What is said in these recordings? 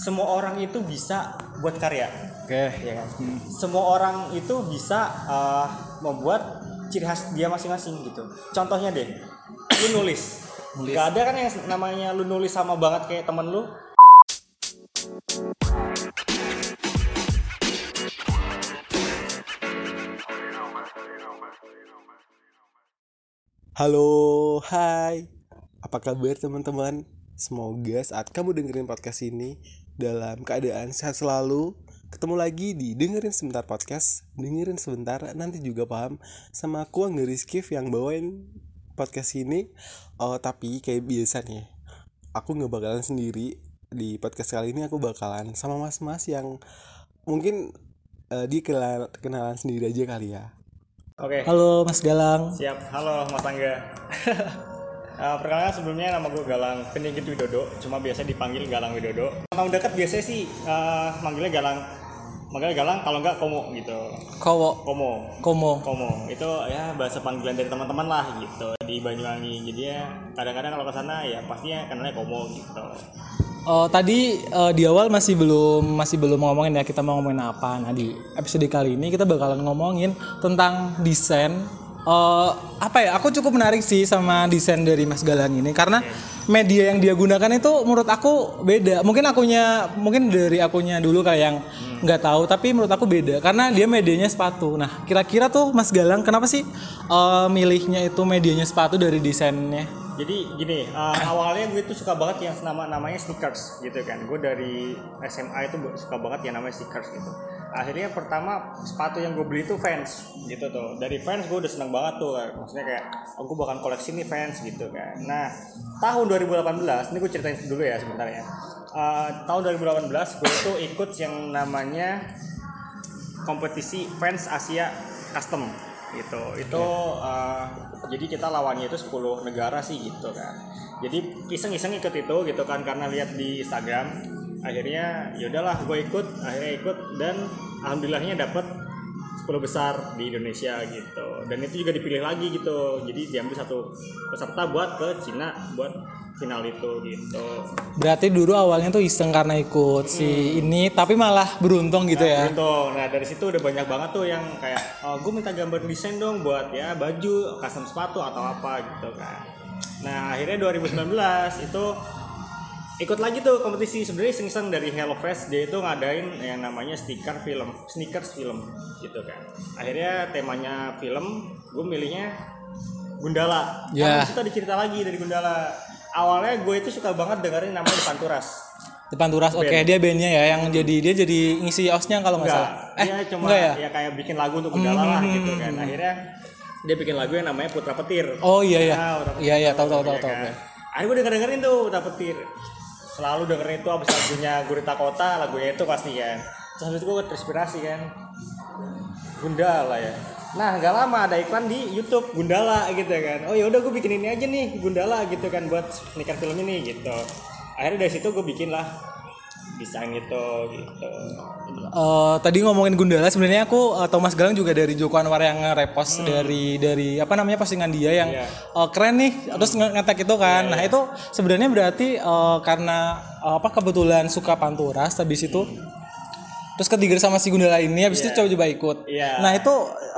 semua orang itu bisa buat karya. Oke. Ya kan? Semua orang itu bisa membuat ciri khas dia masing-masing gitu. Contohnya deh, lu nulis. Gak ada kan yang namanya lu nulis sama banget kayak temen lu. Halo, hai. Apa kabar teman-teman? Semoga saat kamu dengerin podcast ini dalam keadaan sehat selalu. Ketemu lagi di Dengerin Sebentar Podcast. Dengerin sebentar, nanti juga paham. Sama aku Angga Rizky yang bawain podcast ini. Tapi kayak biasa nih, aku gak bakalan sendiri. Di podcast kali ini aku bakalan sama mas-mas yang mungkin kenalan sendiri aja kali ya. Oke. Halo Mas Galang. Siap. Halo Mas Angga. Perkenalkan sebelumnya nama gue Galang Peningit Widodo, cuma biasa dipanggil Galang Widodo. Orang dekat biasanya sih manggilnya Galang kalau enggak Komo gitu. Komo. Itu ya bahasa panggilan dari teman-teman lah gitu di Banyuwangi. Jadi ya kadang-kadang kalau ke sana ya pastinya kenalnya Komo gitu. Tadi di awal masih belum ngomongin ya kita mau ngomongin apa. Nah di episode kali ini kita bakalan ngomongin tentang desain. Aku cukup menarik sih sama desain dari Mas Galang ini karena media yang dia gunakan itu menurut aku beda. Mungkin dari akunya dulu kayak yang nggak tahu, tapi menurut aku beda karena dia medianya sepatu. Nah kira-kira tuh Mas Galang kenapa sih milihnya itu medianya sepatu dari desainnya? Jadi gini, awalnya gue tuh suka banget yang namanya sneakers gitu kan. Gue dari SMA itu suka banget yang namanya sneakers gitu. Akhirnya pertama sepatu yang gue beli itu Vans gitu tuh. Dari Vans gue udah seneng banget tuh. Maksudnya kayak gue bakal koleksi nih Vans gitu kan. Nah tahun 2018, ini gue ceritain dulu ya sebentar ya. Tahun 2018 gue tuh ikut yang namanya kompetisi Vans Asia Custom gitu. Itu jadi kita lawannya itu 10 negara sih gitu kan. Jadi iseng-iseng ikut itu gitu kan karena lihat di Instagram. Akhirnya ya udahlah gue ikut dan alhamdulillahnya dapat 10 besar di Indonesia gitu. Dan itu juga dipilih lagi gitu. Jadi diambil satu peserta buat ke Cina buat final itu gitu. Berarti dulu awalnya tuh iseng karena ikut si ini tapi malah beruntung gitu ya. Beruntung. Nah, dari situ udah banyak banget tuh yang kayak gue minta gambar desain dong buat ya baju, custom sepatu atau apa gitu kan. Nah, akhirnya 2019 itu ikut lagi tuh kompetisi. Sebenarnya iseng-iseng dari HelloFresh, dia itu ngadain yang namanya sneakers film gitu kan. Akhirnya temanya film, gue milihnya Gundala. Karena di situ ada cerita lagi dari Gundala. Awalnya gue itu suka banget dengerin namanya Depan Turas. Oke, dia bandnya ya yang dia jadi ngisi osnya kalau nggak salah. Dia cuma ya kayak bikin lagu untuk Gundala lah gitu kan. Akhirnya dia bikin lagu yang namanya Putra Petir. Oh iya. Nah, Iya, tahu. Kan. Akhirnya gue dengerin tuh Putra Petir. Selalu dengerin itu abis lagunya Gurita Kota, lagunya itu pasti kan. Terus habis itu gue terinspirasi kan. Gundala ya. Nah, gak lama ada iklan di YouTube Gundala gitu kan. Oh ya udah gue bikin ini aja nih Gundala gitu kan buat sneaker film ini gitu. Akhirnya dari situ gue bikin lah desain itu gitu. Tadi ngomongin Gundala sebenarnya aku atau Mas Galang juga dari Joko Anwar yang nge-repost dari apa namanya postingan dia yang keren nih terus ngetek itu kan. Nah itu sebenarnya berarti karena kebetulan suka Panturas habis itu terus ketiga sama si Gundala ini habis itu coba ikut. Nah itu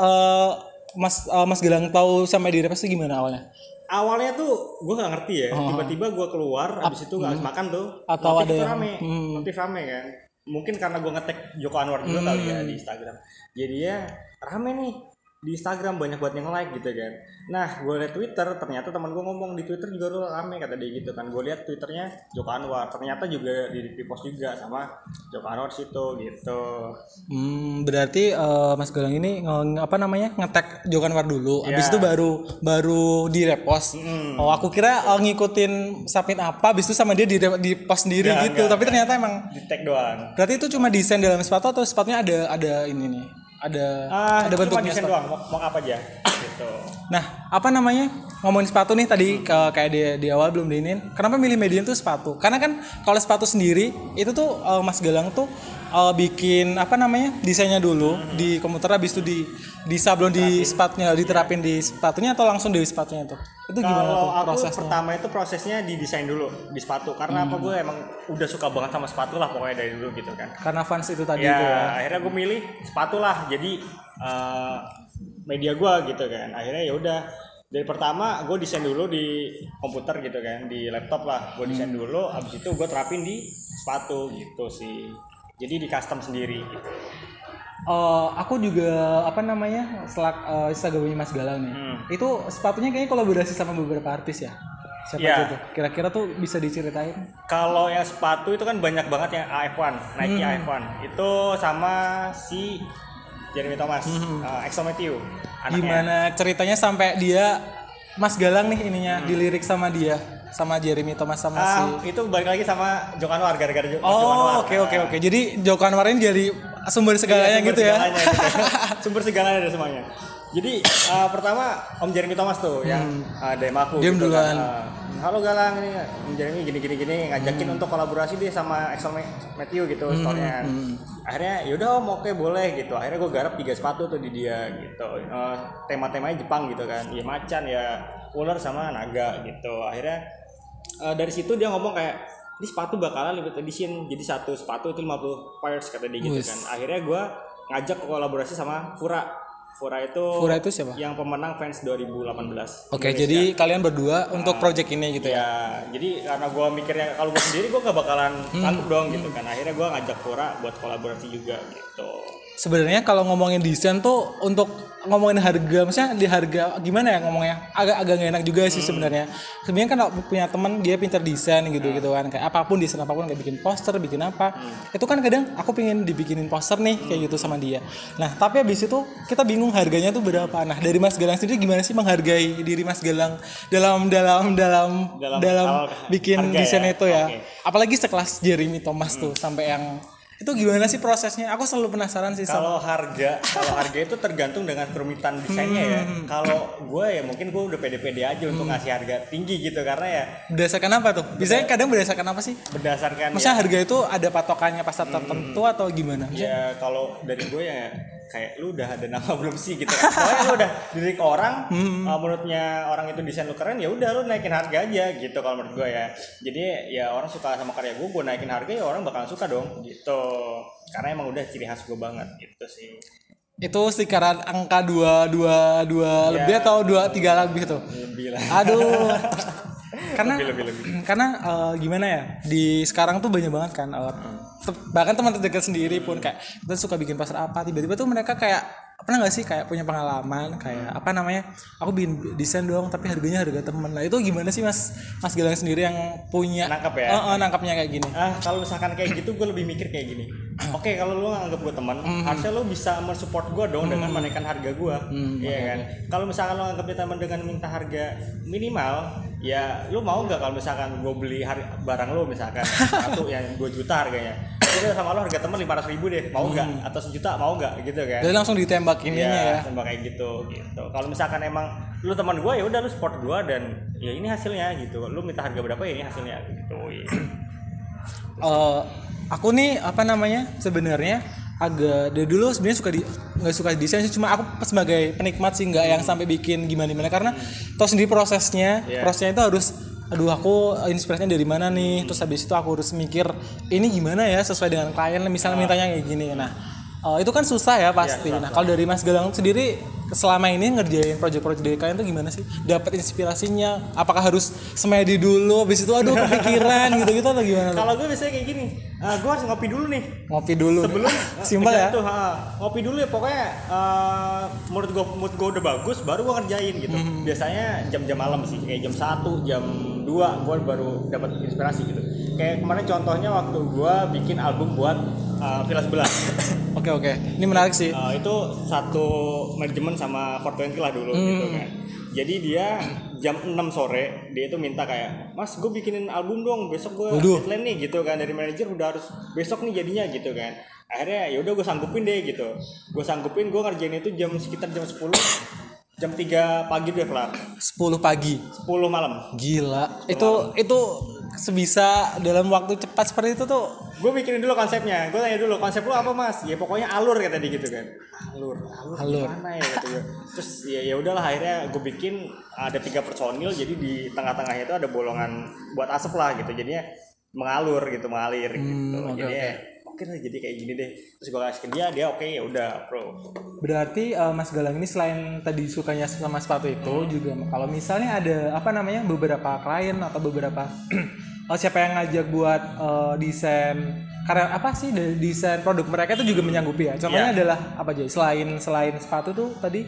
Mas Galang tahu sampai di repost itu gimana awalnya? Awalnya tuh gue nggak ngerti ya, tiba-tiba gue keluar, abis itu nggak makan tuh, atau ada yang notif rame kan, mungkin karena gue ngetek Joko Anwar juga kali ya di Instagram, jadi ya rame nih di Instagram banyak buat yang like gitu kan. Nah gue liat Twitter, ternyata teman gue ngomong di Twitter juga lu rame kata dia gitu kan. Gue liat Twitternya Joko Anwar, ternyata juga di post juga sama Joko Anwar situ gitu. Berarti Mas Galang ini ngetek Joko Anwar dulu, abis itu baru di repost. Aku kira ngikutin submit apa, abis itu sama dia di post sendiri gitu. Tapi ternyata emang di tag doang. Berarti itu cuma desain dalam sepatu atau sepatunya ada ini nih? Ada bentuknya desain doang, mau apa aja gitu. Nah, ngomongin sepatu nih tadi kayak di awal belum diinin. Kenapa milih median tuh sepatu? Karena kan kalau sepatu sendiri itu tuh Mas Galang tuh bikin apa namanya desainnya dulu di komputer, habis itu di sablon di sepatunya, diterapin di sepatunya atau langsung di sepatunya itu gimana tuh Kalau aku prosesnya? pertama itu prosesnya didesain dulu di sepatu karena apa, gue emang udah suka banget sama sepatu lah pokoknya dari dulu gitu kan. Karena fans itu tadi Ya itu ya. akhirnya gue milih sepatu lah jadi media gue gitu kan. Akhirnya ya udah dari pertama gue desain dulu di komputer gitu kan, di laptop lah gue desain dulu, abis itu gue terapin di sepatu gitu sih. Jadi di custom sendiri gitu. Aku juga apa namanya Instagramnya Mas Galang nih. Itu sepatunya kayaknya kolaborasi sama beberapa artis ya. Siapa Iya. aja tuh? Kira-kira tuh bisa diceritain? Kalau yang sepatu itu kan banyak banget yang AF1, Nike AF1. Itu sama si Jeremy Thomas, Exo Matthew. Anaknya. Gimana ceritanya sampai dia Mas Galang nih ininya dilirik sama dia, sama Jeremy Thomas sama si. Itu balik lagi sama Joko Anwar gara-gara Joko Oh, Anwar. oke. Jadi Joko Anwar ini jadi sumber segalanya Iya, gitu ya. Sumber segalanya dari semuanya. Jadi pertama Om Jeremy Thomas tuh yang DM aku. Dia gitu duluan. kan. Halo Galang, ini Om Jeremy gini ngajakin untuk kolaborasi dia sama Exo Matthew gitu story-nya. Akhirnya yaudah Om, oke boleh gitu. Akhirnya gue garap 3 sepatu tuh di dia gitu. Tema-temanya Jepang gitu kan. Ya macan ya ular sama naga gitu. Akhirnya dari situ dia ngomong kayak ini sepatu bakalan limited edition, jadi satu sepatu itu 50 pairs kata dia gitu kan. Akhirnya gue ngajak kolaborasi sama Fura itu siapa? yang pemenang Fans 2018. Oke, Indonesia. jadi kalian berdua untuk project ini gitu ya. Ya, jadi karena gue mikirnya kalau gue sendiri gue gak bakalan sanggup dong gitu kan. Akhirnya gue ngajak Fura buat kolaborasi juga gitu. Sebenarnya kalau ngomongin desain tuh untuk ngomongin harga, maksudnya di harga gimana ya ngomongnya, agak gak enak juga sih sebenarnya. Sebenarnya kan punya teman dia pintar desain gitu kan, kayak apapun desain apapun, kayak bikin poster, bikin apa, itu kan kadang aku pengen dibikinin poster nih kayak gitu sama dia. Nah tapi habis itu kita bingung harganya tuh berapa. Nah dari Mas Galang sendiri gimana sih menghargai diri Mas Galang dalam bikin harga desain ya? itu ya, Oke. apalagi sekelas Jeremy Thomas tuh sampai yang itu gimana sih prosesnya? Aku selalu penasaran sih sama. Kalau harga itu tergantung dengan kerumitan desainnya ya. Kalau gue ya mungkin gue udah pede-pede aja untuk ngasih harga tinggi gitu karena ya Berdasarkan apa tuh? Biasanya kadang berdasarkan apa sih? berdasarkan Maksudnya harga itu ada patokannya pasar tertentu atau gimana? ya kalau dari gue ya kayak lu udah ada nama belum sih gitu kan. Soalnya lu udah dilirik orang, menurutnya orang itu desain lu keren, ya udah lu naikin harga aja gitu kalau menurut gue ya. Jadi ya orang suka sama karya gue naikin harga ya orang bakalan suka dong gitu. Karena emang udah ciri khas gue banget gitu sih. Itu sekitaran angka 2 lebih atau 2 3 lebih tuh? Lebih lah. Aduh. Karena Lebih. karena gimana ya? Di sekarang tuh banyak banget kan bahkan teman terdekat sendiri pun kayak kita suka bikin poster apa, tiba-tiba tuh mereka kayak pernah nggak sih kayak punya pengalaman kayak apa namanya, aku bikin desain doang tapi harganya harga temen. Nah itu gimana sih Mas Galang sendiri yang punya Nangkep ya? nangkapnya kayak gini? Kalau misalkan kayak gitu gue lebih mikir kayak gini. Oke, kalau lu nganggap gue teman, harusnya lu bisa mensupport gue dong dengan menaikkan harga gue, iya kan? Kalau misalkan lu nganggap dia teman dengan minta harga minimal, ya lu mau nggak kalau misalkan gue beli barang lu misalkan satu yang 2 juta harganya, udah sama lu harga teman 500.000 deh, mau nggak? Atau 1 juta mau nggak? Gitu kan? Jadi langsung ditembak ininya ya. Tembak kayak gitu. Kalau misalkan emang lu teman gue ya udah lu support gue dan ya ini hasilnya gitu. Lu minta harga berapa ya ini hasilnya gitu. Aku nih apa namanya sebenarnya agak dari dulu sebenarnya nggak suka desain sih, cuma aku sebagai penikmat sih nggak yang sampai bikin gimana karena tau sendiri prosesnya itu harus aku inspirasinya dari mana nih, terus habis itu aku harus mikir ini gimana ya sesuai dengan klien misalnya mintanya kayak gini. Nah itu kan susah ya pasti. Nah kalau dari Mas Galang sendiri selama ini ngerjain project-project dari kalian tuh gimana sih? Dapat inspirasinya? Apakah harus semedi dulu, habis itu aduh kepikiran gitu atau gimana? Kalau gue biasanya kayak gini, gue harus ngopi dulu nih. Ngopi dulu. Sebelum simpel ya. Tuh, ngopi dulu ya pokoknya. Mood gue udah bagus, baru gue ngerjain gitu. Biasanya jam-jam malam sih, kayak jam 1, jam 2 gue baru dapat inspirasi gitu. Kayak kemarin contohnya waktu gue bikin album buat Villa Sebelah. Oke. Ini menarik sih. Itu satu manajemen sama 420 lah dulu gitu kan. Jadi dia jam 6 sore dia itu minta kayak, "Mas, gue bikinin album dong, besok gue deadline nih," gitu kan. Dari manajer udah harus besok nih jadinya gitu kan. Akhirnya ya udah gue sanggupin deh gitu. Gue ngerjain itu sekitar jam 10. Jam 3 pagi udah kelar. 10 pagi. 10 malam. Gila. Itu sebisa dalam waktu cepat seperti itu tuh. Gue mikirin dulu konsepnya. Gue tanya dulu, konsep lu apa, Mas? Ya pokoknya alur kata dia gitu kan. Alur gimana ya kata gue. Terus ya udahlah, akhirnya gue bikin ada 3 personil, jadi di tengah-tengahnya itu ada bolongan buat asap lah gitu. Jadinya mengalir gitu. Jadi oke lah, jadi kayak gini deh. Terus gue kasih ke dia oke, ya udah pro. Berarti Mas Galang ini selain tadi sukanya sama sepatu itu juga kalau misalnya ada beberapa klien atau beberapa siapa yang ngajak buat desain karena apa sih desain produk mereka itu juga menyanggupi ya. Contohnya adalah apa aja selain sepatu tuh tadi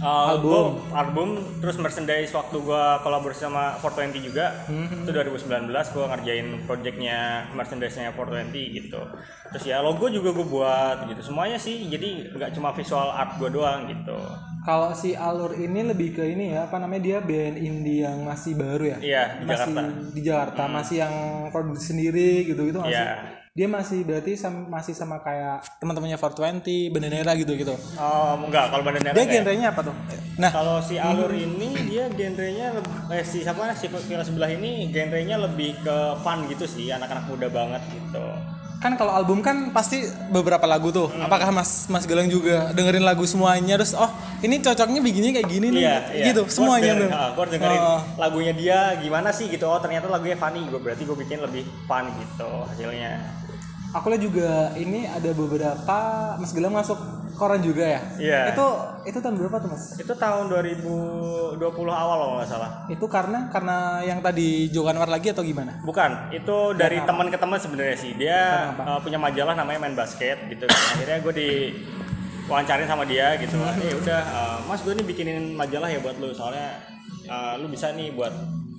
album terus merchandise. Waktu gue kolaborasi sama 420 juga itu 2019 gue ngerjain projectnya merchandise-nya 420 gitu. Terus ya logo juga gue buat gitu, semuanya sih, jadi nggak cuma visual art gue doang gitu. Kalau si Alur ini lebih ke ini ya, dia band indie yang masih baru ya? Iya, di Jakarta. Masih yang produksi sendiri gitu-gitu masih. Iya. Dia masih berarti masih sama kayak teman-temannya 420, Bandanera gitu-gitu. Oh, enggak, kalau Bandanera. Dia genrenya apa tuh? Nah, kalau si Alur ini dia genrenya si Villa sebelah ini genrenya lebih ke fun gitu sih, anak-anak muda banget gitu. Kan kalau album kan pasti beberapa lagu tuh. Apakah Mas Galang juga dengerin lagu semuanya terus ini cocoknya bikinnya kayak gini nih gitu semuanya tuh. Gue dengerin lagunya dia gimana sih gitu. Ternyata lagunya funny, berarti gue bikin lebih fun gitu hasilnya. Aku lihat juga ini ada beberapa Mas Galang masuk koran juga ya. Iya. Itu tahun berapa tuh Mas? Itu tahun 2020 awal kalau nggak salah. Itu karena yang tadi Jokanwar lagi atau gimana? Bukan, itu dari teman ke teman sebenarnya sih. Dia punya majalah namanya Main Basket gitu. Akhirnya gue wawancarin sama dia gitu. Udah, Mas gue nih bikinin majalah ya buat lu, soalnya lu bisa nih buat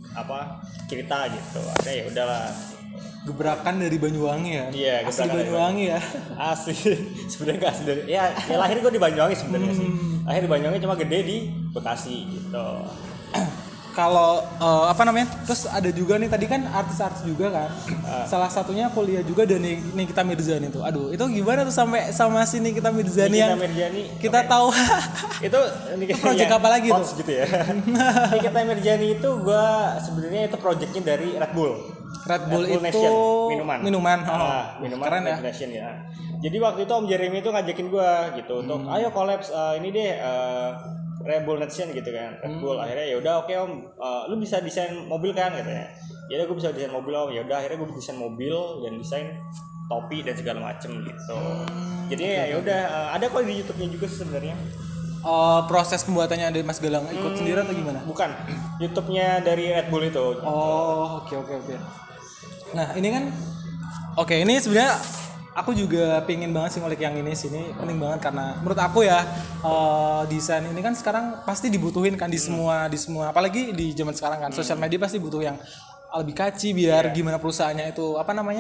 cerita gitu. Akhirnya ya udahlah. Gebrakan dari Banyuwangi ya? Iya, asli Banyuwangi ya? Asli, sebenarnya nggak asli dari, ya lahir gue di Banyuwangi sebenarnya sih. Lahir di Banyuwangi cuma gede di Bekasi gitu. Kalau terus ada juga nih tadi kan artis-artis juga kan. Salah satunya kuliah juga dan Nikita Mirzani tuh. Aduh, itu gimana tuh sampai sama si Nikita Mirzani yang kita tahu itu project apa lagi tuh? Gitu ya. Nikita Mirzani itu gue sebenarnya itu projectnya dari Red Bull itu Nation, minuman. Minuman Keren ya. Nation ya. Jadi waktu itu Om Jeremy itu ngajakin gue gitu untuk ayo collabs ini deh Red Bull Nation gitu kan. Red Bull akhirnya ya udah oke Om, lu bisa desain mobil kan katanya. Ya udah gue bisa desain mobil Om. Ya udah akhirnya gue desain mobil dan desain topi dan segala macem gitu. Jadi ya udah ada kok di YouTube-nya juga sebenarnya. Proses pembuatannya dari Mas Galang ikut sendiri atau gimana? Bukan, YouTube-nya dari Red Bull itu. Oke. Nah ini kan, ini sebenarnya aku juga pengen banget sih ngulik yang ini penting banget karena menurut aku ya desain ini kan sekarang pasti dibutuhin kan di semua apalagi di zaman sekarang kan sosial media pasti butuh yang lebih catchy biar gimana perusahaannya itu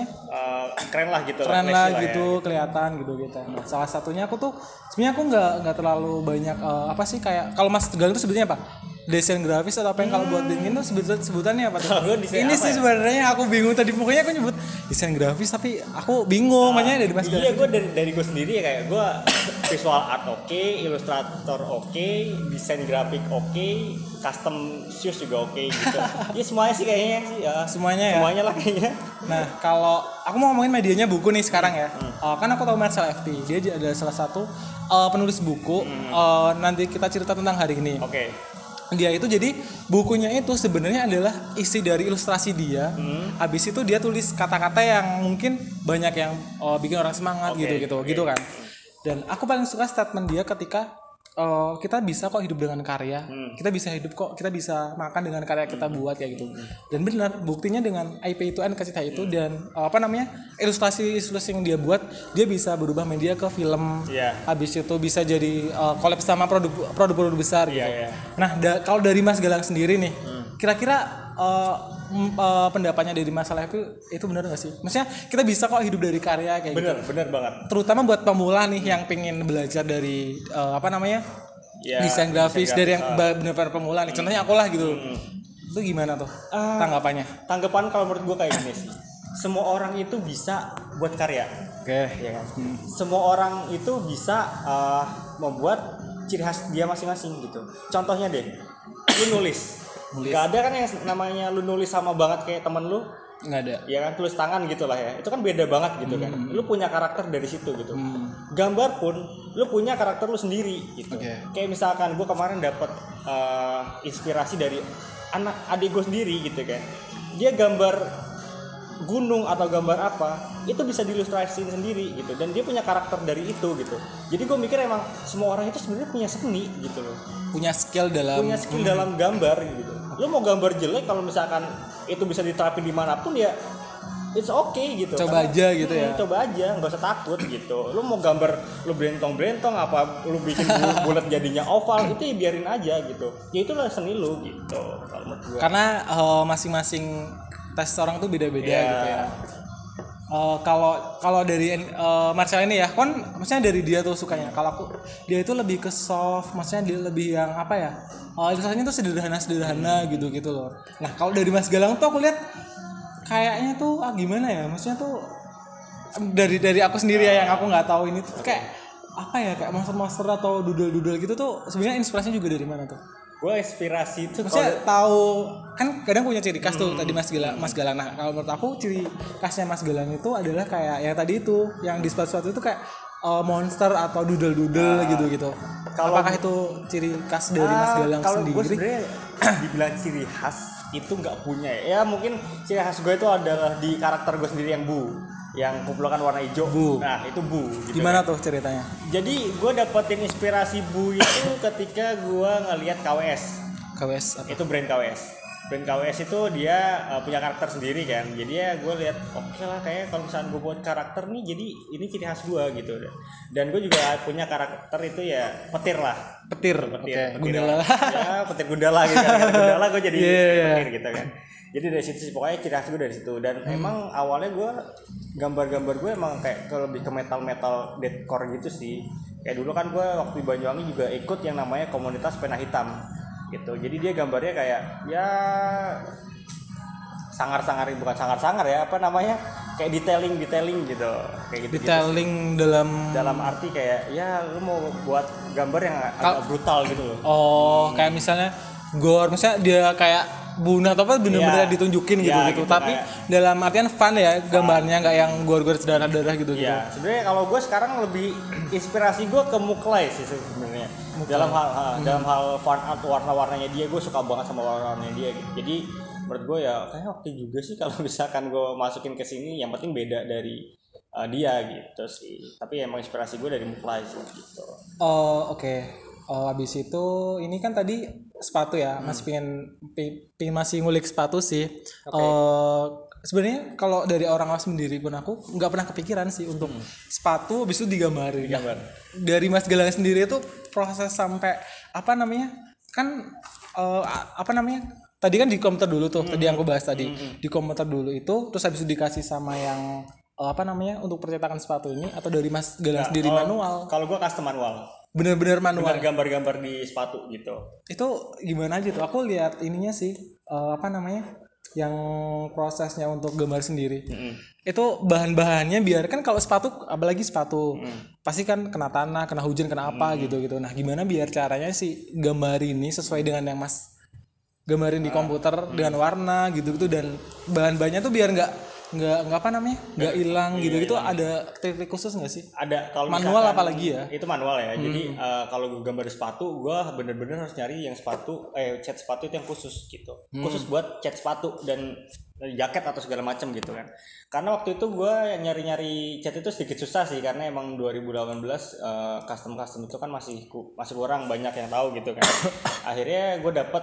keren lah gitu kelihatan gitu. Nah, salah satunya aku tuh sebenarnya aku nggak terlalu banyak kayak kalau Mas Galang itu sebenarnya apa? Desain grafis atau apa yang kalau buat ini tuh sebutannya apa tuh? Ini sih sebenarnya aku bingung tadi, pokoknya aku nyebut desain grafis tapi aku bingung makanya dari Mas Galang. Iya, gue dari gue sendiri ya, kayak gue visual art oke, ilustrator oke, desain grafik oke, custom shoes juga oke gitu. Ya semuanya sih kayaknya sih ya. Semuanya lah kayaknya. Nah, kalau aku mau ngomongin medianya buku nih sekarang ya. Kan aku tahu Marcel FT. Dia adalah salah satu penulis buku. Nanti kita cerita tentang hari ini. Oke. Dia itu jadi bukunya itu sebenarnya adalah isi dari ilustrasi dia. Habis itu dia tulis kata-kata yang mungkin banyak yang bikin orang semangat gitu kan. Dan aku paling suka statement dia ketika kita bisa kok hidup dengan karya, kita bisa hidup kok, kita bisa makan dengan karya kita buat kayak gitu. Dan benar, buktinya dengan IP itu Kasita itu dan ilustrasi yang dia buat, dia bisa berubah media ke film. Habis itu bisa jadi collab sama produk besar gitu. Nah, kalau dari Mas Galang sendiri nih, kira-kira pendapatnya dari masalah itu benar nggak sih? Maksudnya kita bisa kok hidup dari karya kayak gitu. Benar banget. Terutama buat pemula nih yang pengen belajar dari desain grafis dari yang benar-benar pemula nih. Contohnya aku lah gitu. Itu gimana tuh tanggapannya? Tanggapan kalau menurut gue kayak gini sih. Semua orang itu bisa buat karya. Oke. Ya kan? Semua orang itu bisa membuat ciri khas dia masing-masing gitu. Contohnya deh, lu nulis. Gak ada kan yang namanya lu nulis sama banget kayak temen lu. Nggak ada. Ya kan, tulis tangan gitu lah ya. Itu kan beda banget gitu kan. Lu punya karakter dari situ gitu. Gambar pun lu punya karakter lu sendiri gitu. Kayak misalkan gue kemarin dapet inspirasi dari adik gue sendiri gitu kan. Dia gambar gunung atau gambar apa itu bisa diilustrasiin sendiri gitu, dan dia punya karakter dari itu gitu. Jadi gue mikir emang semua orang itu sebenarnya punya seni gitu loh, Punya skill dalam gambar gitu. Lu mau gambar jelek kalau misalkan itu bisa diterapin dimanapun ya it's okay gitu. Coba aja gitu ya. Coba aja, nggak usah takut gitu. Lu mau gambar lu belentong apa lu bikin bulat jadinya oval itu ya biarin aja gitu. Ya itulah seni lu gitu kalau menurut gue. Karena masing-masing tes orang tuh beda-beda gitu ya. Kalau dari Marcel ini ya, kan maksudnya dari dia tuh sukanya. Kalau aku, dia itu lebih ke soft, maksudnya dia lebih yang apa ya? Ilustrasinya tuh sederhana gitu loh. Nah kalau dari Mas Galang tuh aku lihat kayaknya tuh gimana ya? Maksudnya tuh dari aku sendiri ya, yang aku nggak tahu ini tuh kayak apa ya, kayak monster atau doodle gitu tuh sebenarnya inspirasinya juga dari mana tuh? Gue inspirasi itu maksudnya tahu kan kadang punya ciri khas tuh tadi Mas Galang. Nah kalau menurut aku ciri khasnya Mas Galang itu adalah kayak yang tadi itu yang di sepatu itu kayak monster atau doodle gitu. Apakah itu ciri khas dari Mas Galang kalau sendiri? Kalau gue sebenarnya dibilang ciri khas itu nggak punya ya. Mungkin ciri khas gue itu adalah di karakter gue sendiri yang yang kumpulkan warna hijau. Nah itu gitu. Gimana tuh ceritanya? Jadi gue dapetin inspirasi itu ketika gue ngelihat KWS apa? Itu brand KWS itu dia punya karakter sendiri kan. Jadi ya gue lihat oke lah, kayak kalau misalnya gue buat karakter nih, jadi ini ciri khas gue gitu. Dan gue juga punya karakter itu ya petir. Gundala. Ya petir Gundala gitu kan. Gundala gue jadi petir gitu kan. Jadi dari situ pokoknya ciri khas gue dari situ. Dan emang awalnya gue gambar-gambar gue emang kayak lebih ke metal deathcore gitu sih. Kayak dulu kan gue waktu di Banyuwangi juga ikut yang namanya komunitas pena hitam gitu. Jadi dia gambarnya kayak ya bukan sangar ya, apa namanya, kayak detailing gitu, kayak gitu. Detailing gitu dalam arti kayak ya lu mau buat gambar yang agak brutal gitu loh. Kayak misalnya gore, misalnya dia kayak bunuh atau apa bener-bener ditunjukin gitu. Tapi dalam artian fun ya gambarnya, nggak yang gore-gore darah gitu. Iya, sebenarnya kalau gue sekarang lebih inspirasi gue ke Muklai sih sebenarnya. Dalam hal fun art, warna-warnanya dia, gue suka banget sama warna-warnanya dia gitu. Jadi menurut gue ya kayaknya oke juga sih kalau misalkan gue masukin ke sini, yang penting beda dari dia gitu sih. Tapi emang inspirasi gue dari Muklai sih gitu. Oke. Habis itu ini kan tadi sepatu ya, masih pengen masih ngulik sepatu sih. Sebenarnya kalau dari orang awam sendiri pun aku nggak pernah kepikiran sih untuk sepatu habis itu digambarin. Dari Mas Galang sendiri itu proses sampai apa namanya? Kan tadi kan di komputer dulu tuh, tadi yang aku bahas tadi. Di komputer dulu itu, terus habis itu dikasih sama yang untuk percetakan sepatu ini, atau dari Mas Galang sendiri manual? Kalau gue custom manual. Bener-bener manual. Gambar-gambar di sepatu gitu. Itu gimana aja tuh? Aku lihat ininya sih, yang prosesnya untuk gambar sendiri. Itu bahan-bahannya biar kan kalau sepatu, apalagi sepatu, pasti kan kena tanah, kena hujan, kena apa gitu. Nah, gimana biar caranya sih gambar ini sesuai dengan yang Mas gambarin di komputer dengan warna gitu dan bahan-bahannya tuh biar nggak hilang gitu. Ada teknik khusus nggak sih? Ada. Kalau manual apalagi ya? Itu manual ya. Jadi kalau gue gambar sepatu, gue bener-bener harus nyari yang cat sepatu itu yang khusus gitu. Khusus buat cat sepatu dan jaket atau segala macam gitu kan. Karena waktu itu gue nyari cat itu sedikit susah sih, karena emang 2018 custom itu kan masih kurang banyak yang tahu gitu kan. Akhirnya gue dapet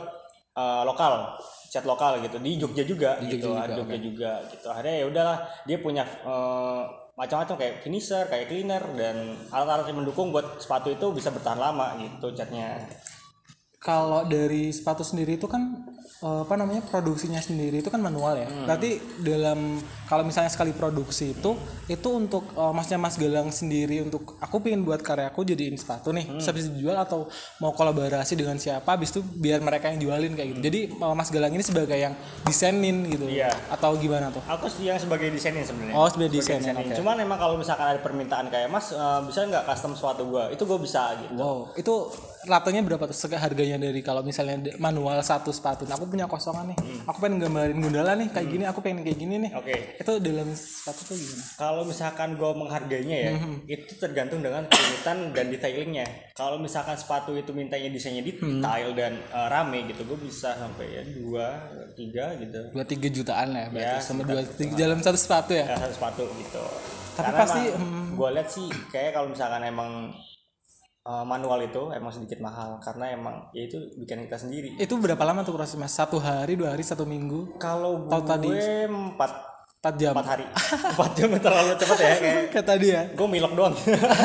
cat lokal gitu di Jogja juga gitu. Akhirnya ya udahlah, dia punya macam-macam kayak finisher, kayak cleaner, dan alat-alat yang mendukung buat sepatu itu bisa bertahan lama gitu catnya. Kalau dari sepatu sendiri itu kan apa namanya produksinya sendiri itu kan manual ya. Berarti dalam kalau misalnya sekali produksi itu untuk masnya Mas Galang sendiri untuk aku pengen buat karyaku jadiin sepatu nih, terus habis dijual atau mau kolaborasi dengan siapa, habis itu biar mereka yang jualin kayak gitu. Jadi Mas Galang ini sebagai yang desainin gitu. Iya. Atau gimana tuh? Aku yang sebagai desainin sebenarnya. Oh, sebagai desain. Okay. Cuman emang kalau misalkan ada permintaan kayak Mas bisa nggak custom sepatu gua, itu gua bisa gitu. Wow, itu ratonya berapa tuh harganya dari kalau misalnya manual satu sepatu? Nah, aku punya kosongan nih, aku pengen gambarin Gundala nih kayak gini, aku pengen kayak gini nih. Oke. Itu dalam sepatu tuh gimana? Kalau misalkan gue menghargainya ya, itu tergantung dengan kerumitan dan detailingnya. Kalau misalkan sepatu itu mintanya desainnya detail dan rame gitu, gue bisa sampai ya 2-3 gitu. 2-3 jutaan ya, berarti Ya, sama 2-3 dalam satu sepatu ya. Ya, satu sepatu gitu. Tapi karena pasti gue lihat sih kayak kalau misalkan emang manual itu emang sedikit mahal karena emang ya itu bikin kita sendiri. itu berapa lama tuh proses Mas? 1 hari, 2 hari, 1 minggu? Kalau gue tadi 4 jam. 4 hari. 4 jam terlalu cepat ya Kayak tadi ya. gue milok doang.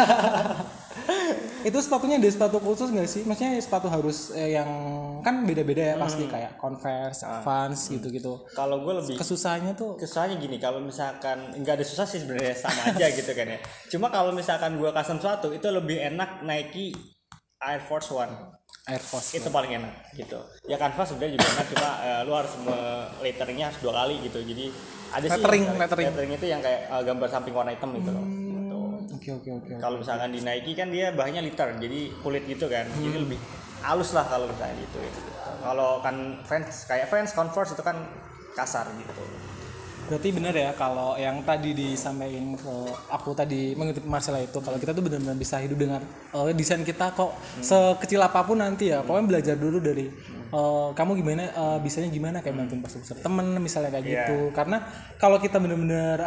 Itu sepatunya ada sepatu khusus nggak sih? Maksudnya sepatu harus yang kan beda-beda ya pasti kayak Converse, Vans gitu-gitu. Kalau gue lebih Kesusahannya tuh kesusahannya gini, kalau misalkan nggak ada susah sih sebenarnya sama aja gitu kan ya. Cuma kalau misalkan gue custom suatu itu lebih enak Nike Air Force One. Air Force Itu paling enak gitu. Ya Canvas sebenarnya juga enak, cuma lu harus letteringnya harus 2 kali gitu. Jadi ada lettering itu yang kayak gambar samping warna hitam gitu loh. Oke. Kalau misalkan di Nike kan dia bahannya liter, jadi kulit gitu kan, jadi lebih halus lah kalau misalnya gitu. Kalau kan Vans Converse itu kan kasar gitu. Berarti benar ya kalau yang tadi disampaikan ke aku tadi mengutip Marcella itu, kalau kita tuh benar-benar bisa hidup dengan desain kita kok sekecil apapun nanti ya. Pokoknya belajar dulu dari kamu gimana, bisanya gimana kayak bantuin pasar temen misalnya kayak gitu. Karena kalau kita benar-benar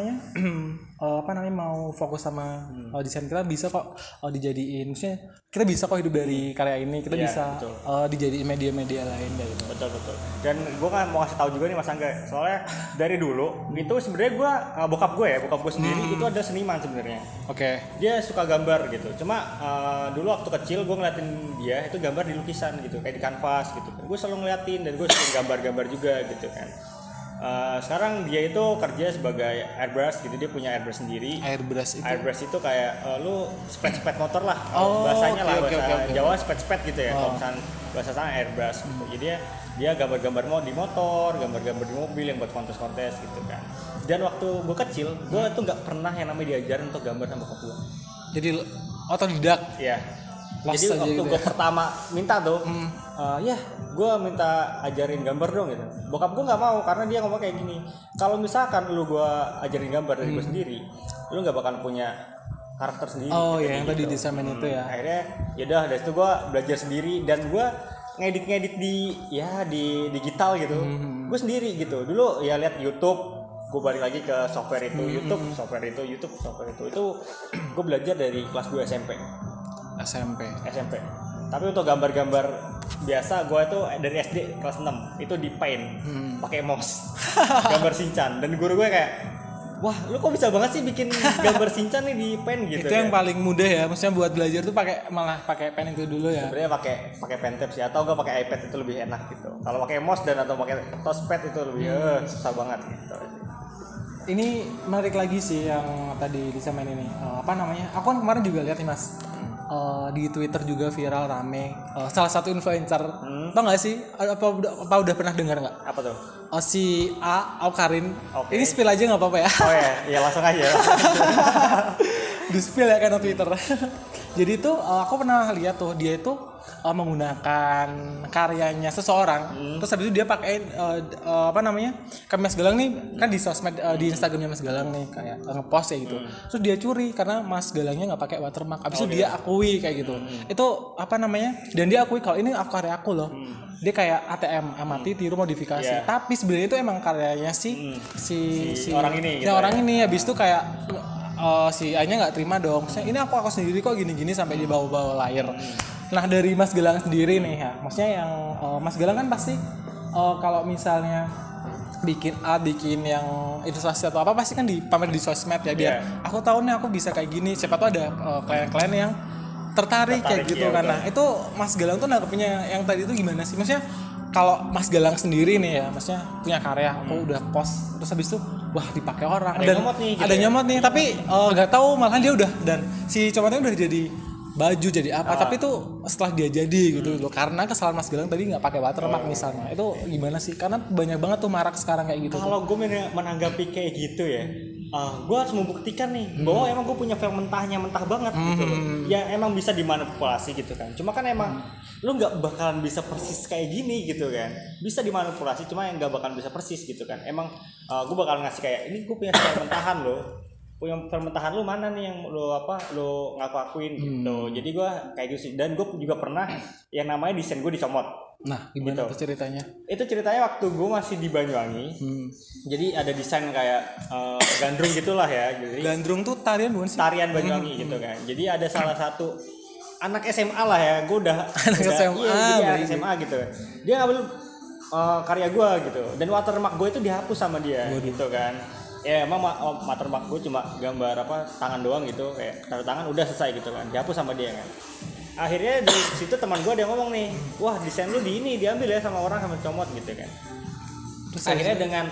mau fokus sama desain kita bisa kok dijadiin, maksudnya kita bisa kok hidup dari karya ini, kita bisa dijadiin media-media lain kayak gitu. Betul. Dan gue kan mau kasih tahu juga nih Mas Angga, soalnya dari dulu itu sebenarnya gue bokap gue sendiri itu ada seniman sebenarnya. Oke. Dia suka gambar gitu. Cuma dulu waktu kecil gue ngeliatin dia itu gambar di lukisan gitu, kayak di kanvas gitu. Gue selalu ngeliatin dan gue suka gambar-gambar juga gitu kan. Sekarang dia itu kerja sebagai airbrush gitu, dia punya airbrush sendiri. Airbrush itu kayak lu spet motor lah, bahasanya lah, bahasa Jawa spet gitu ya. Kalau misalnya bahasa sana airbrush gitu. Jadi dia gambar-gambar di motor, gambar-gambar di mobil yang buat kontes-kontes gitu kan. Dan waktu gue kecil, gue tuh nggak pernah yang namanya diajarin untuk gambar sama bokap gue. Jadi otodidak. Iya. Jadi waktu gitu gue pertama minta tuh, gue minta ajarin gambar dong gitu. Bokap gue nggak mau karena dia ngomong kayak gini. Kalau misalkan lu gue ajarin gambar dari gue sendiri, lu nggak bakal punya karakter sendiri. Oh iya, yang tadi desain itu ya. Akhirnya yaudah dari situ gue belajar sendiri dan gue ngedit di digital gitu. Gue sendiri gitu. Dulu ya lihat YouTube, gue balik lagi ke software itu, YouTube software itu. Itu gue belajar dari kelas 2 SMP. Tapi untuk gambar-gambar biasa gue itu dari SD kelas 6 itu di paint pakai mouse gambar Shinchan, dan guru gue kayak, wah lu kok bisa banget sih bikin gambar Shinchan nih di paint gitu. Itu yang paling mudah ya, maksudnya buat belajar tuh pakai pen itu dulu ya. Sebenarnya pakai pen tab sih, atau gue pakai iPad itu lebih enak gitu. Kalau pakai mouse atau pakai touchpad itu lebih susah banget gitu. Ini menarik lagi sih yang tadi disampaikan ini. Aku kan kemarin juga lihat nih Mas. Di Twitter juga viral rame. Salah satu influencer, tau nggak sih? Apa udah pernah dengar nggak? Apa tuh? Si Aukarin. Okay. Ini spill aja nggak apa-apa ya? Oh ya langsung aja. Di spill ya karena Twitter. Jadi tuh aku pernah lihat tuh dia itu menggunakan karyanya seseorang, terus habis itu dia pakai kan Mas Galang nih kan di sosmed di Instagramnya Mas Galang nih kayak ngepost ya gitu, terus dia curi karena Mas Galangnya nggak pakai watermark, habis itu dia akui kayak gitu, itu dan dia akui kalau ini karya aku loh, dia kayak ATM amati tiru modifikasi, tapi sebenarnya itu emang karyanya si orang ini, gitu orang ini, habis itu kayak si A-nya nggak terima dong. Ini aku sendiri kok gini-gini sampai dibawa-bawa layar. Nah dari Mas Galang sendiri nih ya, maksudnya yang Mas Galang kan pasti kalau misalnya bikin yang ilustrasi atau apa pasti kan dipamer di sosmed ya, biar aku tahu nih aku bisa kayak gini. Siapa tahu ada klien-klien yang tertarik kayak gitu kan. Nah itu Mas Galang tuh nangkepnya yang tadi itu gimana sih? Maksudnya kalau Mas Galang sendiri nih ya, maksudnya punya karya, aku udah post terus habis itu wah dipakai orang Ada dan nyomot nih, gitu ada ya? nyomot nih, tapi nggak tahu malahan dia udah dan si comotnya udah jadi baju jadi apa, tapi itu setelah dia jadi gitu loh, karena kesalahan Mas Galang tadi nggak pakai watermark misalnya, itu gimana sih? Karena banyak banget tuh marak sekarang kayak gitu. Kalau gue menanggapi kayak gitu ya, gue harus membuktikan nih bahwa emang gue punya file mentahnya mentah banget gitu loh. Ya emang bisa dimanipulasi gitu kan. Cuma kan emang lu nggak bakalan bisa persis kayak gini gitu kan. Bisa dimanipulasi cuma yang nggak bakalan bisa persis gitu kan. Emang gue bakalan ngasih kayak ini gue punya file mentahan loh. Punya fermentahan lu mana nih yang lu ngaku-akuin gitu. Jadi gue kayak gitu sih. Dan gue juga pernah yang namanya desain gue dicomot. Nah, gimana Gitu. tuh ceritanya? Itu ceritanya waktu gue masih di Banyuwangi. Jadi ada desain kayak gandrung gitulah ya. Jadi Gandrung tuh tarian bukan sih? tarian Banyuwangi gitu kan. Jadi ada salah satu anak SMA lah ya. Gue udah SMA, iya, jadi anak baik. SMA gitu. Dia ngambil karya gue gitu. Dan watermark gue itu dihapus sama dia gitu kan. Ya emang watermark gue cuma gambar tangan doang gitu, kayak tanda tangan udah selesai gitu kan, dihapus sama dia kan. Akhirnya dari situ teman gue dia ngomong nih, wah desain lu di ini diambil ya sama orang sama comot gitu kan. Terus akhirnya dengan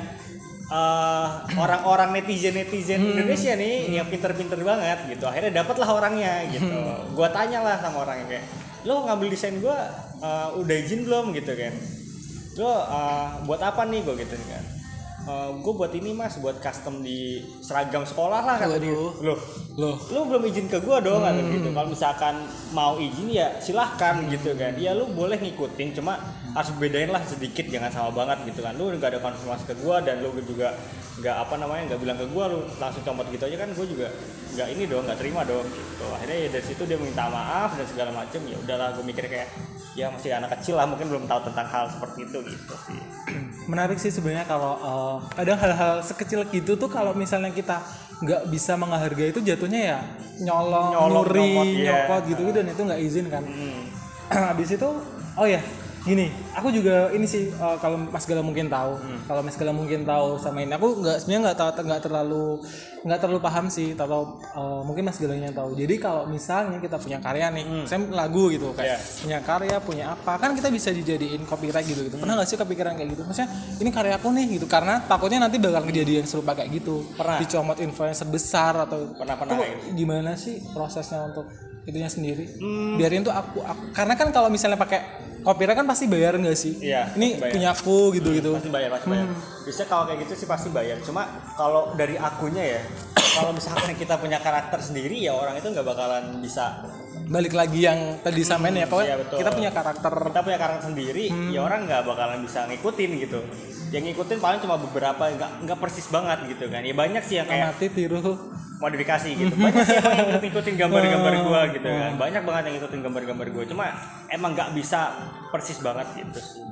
orang-orang netizen Indonesia nih yang pinter-pinter banget gitu, akhirnya dapatlah orangnya gitu. Gue tanya lah sama orangnya kayak, lo ngambil desain gue udah izin belum gitu kan? Lo buat apa nih gue gitu kan? Gue buat ini mas, buat custom di seragam sekolah lah kata dia. Loh, lu belum izin ke gue dong kata gitu. Kalau misalkan mau izin ya silahkan gitu kan. Ya lu boleh ngikutin, cuma harus bedain lah sedikit, jangan sama banget gitu kan. Lu nggak ada konfirmasi ke gue dan lu juga nggak bilang ke gue, lu langsung comot gitu aja kan. Gue juga nggak ini dong, nggak terima dong gitu. Akhirnya ya dari situ dia minta maaf dan segala macem. Ya udahlah, gue mikir kayak ya masih anak kecil lah, mungkin belum tahu tentang hal seperti itu gitu sih. Menarik sih sebenarnya kalau kadang hal-hal sekecil gitu tuh kalau misalnya kita nggak bisa menghargai itu jatuhnya ya nyolong nyopot gitu dan itu nggak izin kan. Habis itu gini, aku juga ini sih kalau Mas Galang mungkin tahu, kalau Mas Galang mungkin tahu sama ini, aku sebenarnya nggak terlalu paham sih, atau mungkin Mas Galangnya tahu. Jadi kalau misalnya kita punya karya nih, saya lagu gitu kayak punya karya, punya apa, kan kita bisa dijadiin copyright gitu. Pernah nggak sih kepikiran kayak gitu? Maksudnya ini karya aku nih gitu, karena takutnya nanti bakal kejadian serupa kayak gitu. Pernah. Dicomot influencer besar atau Pernah itu gimana sih prosesnya untuk itunya sendiri? Biarin tuh aku karena kan kalau misalnya pakai copyright kan pasti bayar nggak sih? Iya, ini bayar. punya aku gitu. Pasti bayar. Bisa kalau kayak gitu sih pasti bayar. Cuma kalau dari akunya ya, kalau misalkan kita punya karakter sendiri ya orang itu nggak bakalan bisa. Balik lagi yang tadi samain ya, pokoknya Iya, betul. kita punya karakter. Kita punya karakter sendiri, ya orang nggak bakalan bisa ngikutin gitu. Yang ngikutin paling cuma beberapa, nggak persis banget gitu kan. Ya banyak sih yang kayak Amati, tiru. modifikasi gitu. Banyak sih yang ngikutin gambar-gambar gua gitu kan. Banyak banget yang ngikutin gambar-gambar gua. Cuma emang nggak bisa persis banget gitu sih.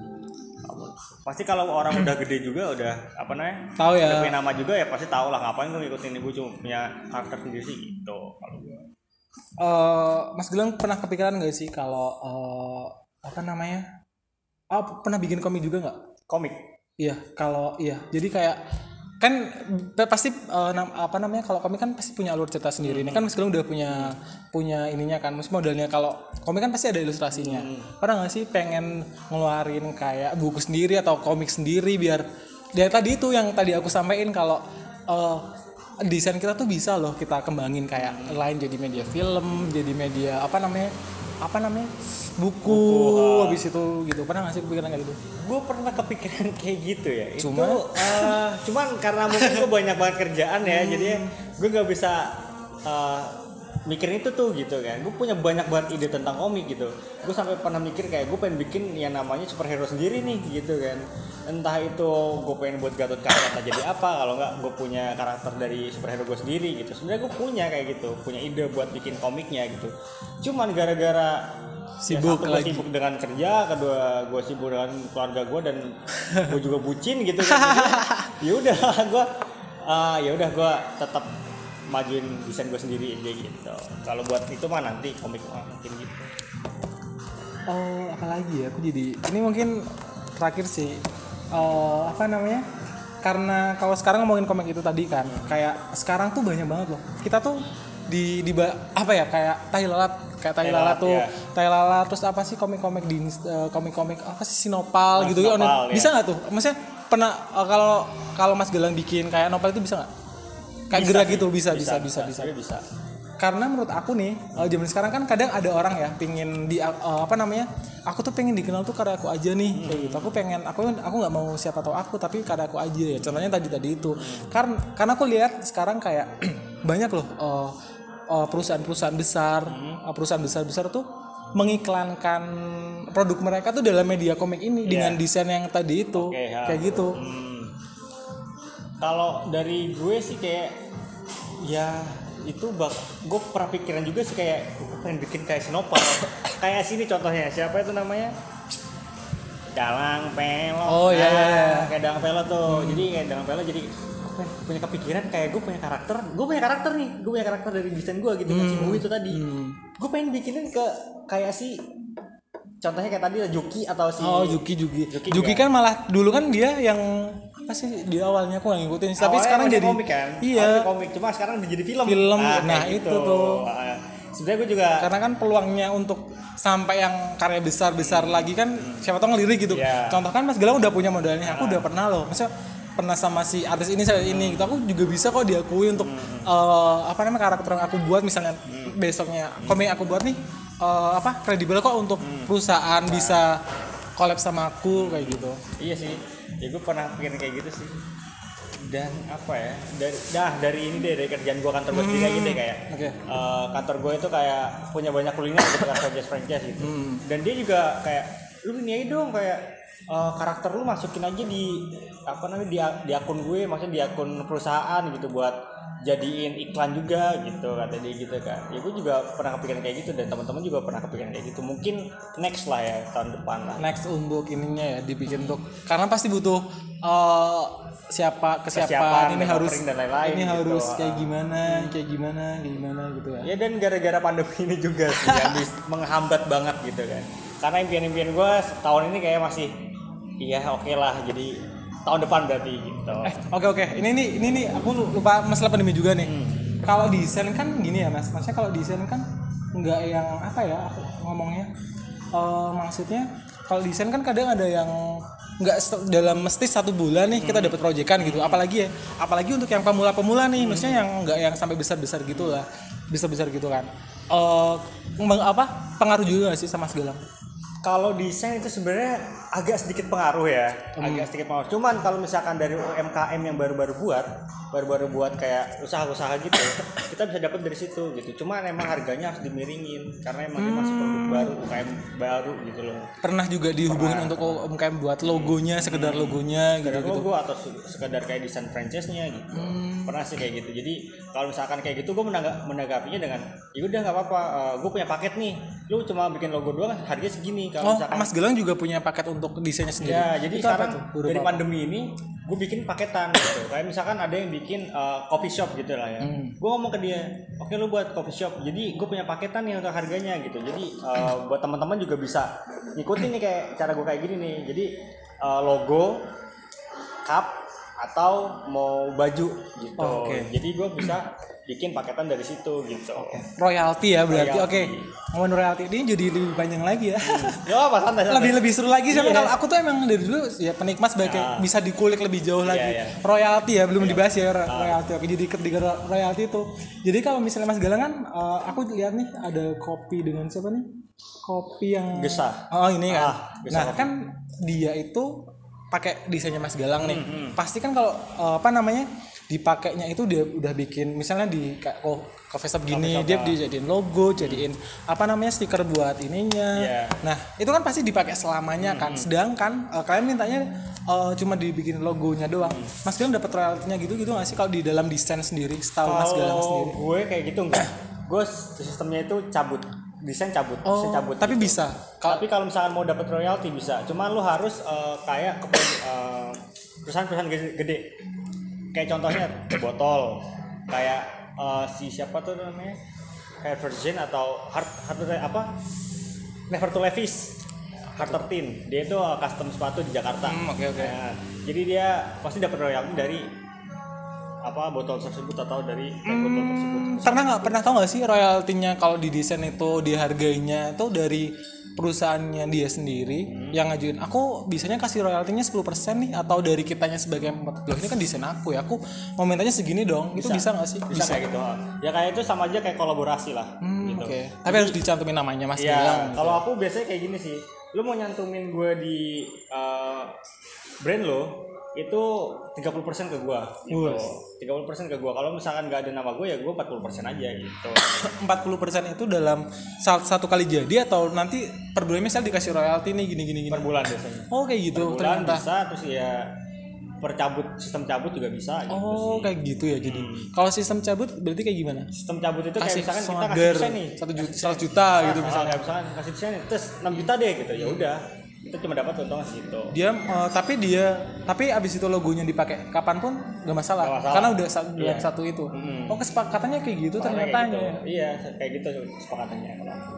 Pasti kalau orang udah gede juga udah Tahu ya. udah punya nama juga ya pasti tahu lah ngapain gua ngikutin ibu cuma punya karakter sendiri sih gitu kalau gua. Mas Galang pernah kepikiran nggak sih kalau pernah bikin komik juga nggak? Komik. Iya, jadi kayak kan pasti kalau komik kan pasti punya alur cerita sendiri. Ini kan Mas Galang udah punya ininya kan, mas modelnya. Kalau komik kan pasti ada ilustrasinya. Pernah nggak sih pengen ngeluarin kayak buku sendiri atau komik sendiri biar tadi itu yang tadi aku sampaikan kalau desain kita tuh bisa loh kita kembangin kayak lain jadi media film, jadi media buku habis itu gitu. Pernah nggak sih kepikiran kayak gitu? Gue pernah kepikiran kayak gitu ya. Cuman karena mungkin gue banyak banget kerjaan ya, jadi gue nggak bisa mikirin itu tuh gitu kan. Gue punya banyak banget ide tentang komik gitu. Gue sampai pernah mikir kayak gue pengen bikin yang namanya superhero sendiri nih gitu kan. Entah itu gue pengen buat Gatot Kaca jadi apa, kalau nggak gue punya karakter dari superhero gue sendiri gitu. Sebenarnya gue punya kayak gitu, punya ide buat bikin komiknya gitu. Cuman gara-gara sibuk gue sibuk dengan kerja, kedua gue sibuk dengan keluarga gue dan gue juga bucin gitu kan. Ya udah gue tetap majuin desain gue sendiri aja gitu. Kalau buat itu mah nanti komik mungkin gitu. Apalagi ya, aku jadi ini mungkin terakhir sih karena kalau sekarang ngomongin komik itu tadi kan kayak sekarang tuh banyak banget loh, kita tuh apa ya, kayak tai lalat tuh, ya. tai lalat, terus apa sih komik-komik komik-komik apa sih, Sinopal gitu kan. Sinopal, Bisa nggak tuh? Maksudnya pernah kalau Mas Gilang bikin kayak novel itu bisa nggak? Kayak Bisa gerak sih. gitu bisa. Sebenarnya bisa. Karena menurut aku nih, zaman sekarang kan kadang ada orang ya pingin aku tuh pengen dikenal tuh karya aku aja nih, kayak gitu. Aku nggak mau siapa tahu aku, tapi karya aku aja ya. Contohnya tadi itu. Karena aku lihat sekarang kayak banyak loh perusahaan-perusahaan besar tuh mengiklankan produk mereka tuh dalam media komik ini dengan desain yang tadi itu, kayak gitu. Kalau dari gue sih kayak ya itu gue pernah pikiran juga sih, kayak gue pengen bikin kayak Sinopal. Kayak sini contohnya, siapa itu namanya, Dalang Pelo. Kayak Dalang Pelo tuh. Jadi kayak Dalang Pelo, jadi gue punya kepikiran kayak gue punya karakter dari desain gue gitu, si Mu itu tadi. Gue pengen bikinin kayak si, contohnya kayak tadi Juki atau si Juki kan malah dulu kan dia yang apa sih, di awalnya aku nggak ngikutin, tapi sekarang jadi komik kan. Komik, cuma sekarang udah jadi film. Nah itu tuh sebenarnya gue juga, karena kan peluangnya untuk sampai yang karya besar lagi kan siapa tahu ngelirik gitu. Contoh kan Mas Gilang udah punya modalnya, aku udah pernah loh, maksudnya pernah sama si artis ini gitu, aku juga bisa kok diakui untuk karakter yang aku buat, misalnya besoknya komik aku buat nih kredibel kok untuk perusahaan bisa collab sama aku, kayak gitu. Iya sih, ya gue pernah pikirin kayak gitu sih. Dan apa ya, dari kerjaan gue, kantor gue sendiri kayak gitu kayak kantor gue itu kayak punya banyak kuliner gitu kan, franchise gitu. Dan dia juga kayak, lu ini aja dong kayak karakter lu masukin aja di akun gue, maksudnya di akun perusahaan gitu, buat jadiin iklan juga gitu, kata dia gitu kan. Ya gue juga pernah kepikiran kayak gitu, dan teman-teman juga pernah kepikiran kayak gitu. Mungkin next lah ya, tahun depan lah. Next untuk ininya ya dibikin untuk, karena pasti butuh kesiapan ini harus dan lain-lain ini gitu. Harus kayak gimana gitu ya. Ya dan gara-gara pandemi ini juga sih yang menghambat banget gitu kan. Karena impian-impian gue tahun ini kayak masih oke lah, jadi tahun depan berarti gitu. Oke. Ini aku lupa masalah pandemi juga nih. Kalau desain kan gini ya Mas. Maksudnya kalau desain kan nggak yang apa ya aku ngomongnya. Maksudnya kalau desain kan kadang ada yang nggak dalam mesti 1 bulan nih kita dapat proyekan gitu. Apalagi untuk yang pemula nih, maksudnya yang nggak yang sampai besar gitulah. Besar gitu kan. Pengaruh juga nggak sih sama segala? Kalau desain itu sebenarnya agak sedikit pengaruh ya, Cuman kalau misalkan dari UMKM yang baru-baru buat kayak usaha-usaha gitu, kita bisa dapat dari situ gitu. Cuma emang harganya harus dimiringin karena emang dia masih produk baru, UMKM baru gitu loh. Pernah juga dihubungin untuk UMKM buat logonya, sekedar logonya gitu. Logo atau sekedar kayak desain franchise-nya gitu. Pernah sih kayak gitu. Jadi kalau misalkan kayak gitu, gue menanggapinya dengan, ya udah nggak apa-apa, gue punya paket nih, lu cuma bikin logo doang, harganya segini. Mas Gilang juga punya paket untuk desainnya sendiri. Ya, jadi sekarang dari pandemi ini gue bikin paketan gitu. Kayak misalkan ada yang bikin coffee shop gitu lah ya. Gue ngomong ke dia, oke lu buat coffee shop. Jadi gue punya paketan nih untuk harganya gitu. Jadi buat teman-teman juga bisa ngikutin nih kayak cara gue kayak gini nih. Jadi logo, cup atau mau baju gitu. Jadi gue bisa bikin paketan dari situ gitu. Royalty ya berarti. Ngomongin royalty ini jadi lebih panjang lagi ya. Santai. Lebih seru lagi sih. Kalau aku tuh emang dari dulu ya penikmat sebagai bisa dikulik lebih jauh lagi. Royalty ya belum dibahas ya royalty. Oke, jadi ketiga royalty itu. Jadi kalau misalnya Mas Galang kan aku lihat nih ada kopi dengan siapa nih? Kopi yang Gesah. Ini kan. Nah, kopi. kan dia itu pakai desainnya Mas Galang nih. Pasti kan kalau dipakainya itu dia udah bikin, misalnya di coffee shop gini, dia dijadiin logo, jadiin stiker buat ininya. Nah itu kan pasti dipakai selamanya kan. Sedangkan kalian mintanya cuma dibikin logonya doang. Mas Galang dapat royaltinya gitu nggak sih kalau di dalam desain sendiri? Setahu Mas Galang sendiri. Gue kayak gitu enggak. Gue sistemnya itu desain cabut. Tapi gitu. Bisa. Tapi kalau misalkan mau dapat royalti bisa. Cuma lu harus kayak perusahaan gede. Kayak contohnya botol, kayak siapa tuh namanya, kayak Virgin atau Never to Levi's, Hard 13, dia itu custom sepatu di Jakarta. Oke. Nah, jadi dia pasti dapat royalti dari apa botol tersebut atau dari botol tersebut. Pernah tahu nggak sih royaltinya kalau di desain itu dihargainya itu dari perusahaannya dia sendiri yang ngajuin, aku bisanya kasih royaltinya 10% nih, atau dari kitanya sebagai loh ini kan desain aku ya, aku mau mintanya segini dong, itu bisa nggak sih? Bisa kayak gitu. Ya kayak itu sama aja kayak kolaborasi lah gitu. Oke. Tapi harus dicantumin namanya Mas Ya, Gilang. kalau aku biasanya kayak gini sih. Lu mau nyantumin gue di brand lo itu 30% ke gue gitu. 30% ke gue. Kalau misalkan nggak ada nama gue ya gue 40% aja gitu. 40% itu dalam satu kali jadi atau nanti per bulan misal dikasih royalti nih gini. Per bulan biasanya. Oh kayak gitu Per bulan ternyata. bisa, terus ya sistem cabut juga bisa gitu Oh sih. kayak gitu ya jadi. Kalau sistem cabut berarti kayak gimana? Sistem cabut itu kayak Kasih misalkan kita swagger kasih desain nih 1 juta gitu misalnya. misalkan kasih desain nih, terus 6 juta deh gitu, ya udah kita cuma dapat untung segitu. Dia tapi abis itu logonya dipakai kapanpun gak masalah, Nggak masalah. karena udah bulan Iya. satu itu. Oh kesepakatannya kayak gitu ternyata Kayak gitu. ya. Iya kayak gitu kesepakatannya.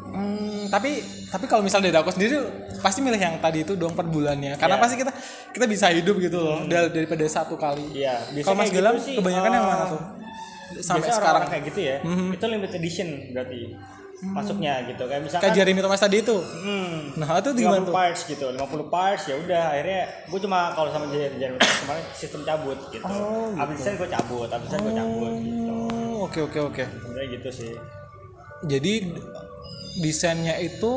Tapi kalau misalnya dari aku sendiri pasti milih yang tadi itu dong per bulannya, karena Iya. pasti kita bisa hidup gitu loh daripada satu kali. Iya, biasanya Kalau Mas kayak Gilang gitu sih, kebanyakan yang mana tuh? Sampai biasanya sekarang orang-orang kayak gitu ya, itu limited edition berarti masuknya gitu. Kayak misalkan kayak Jeremy Thomas tadi itu. Nah itu gimana 50 tuh? parts gitu, 50 parts ya udah akhirnya gue cuma kalau sama Jeremy Thomas kemarin sistem cabut gitu. Abis desain gue cabut, gitu. Oke. Sebenarnya gitu sih. Jadi desainnya itu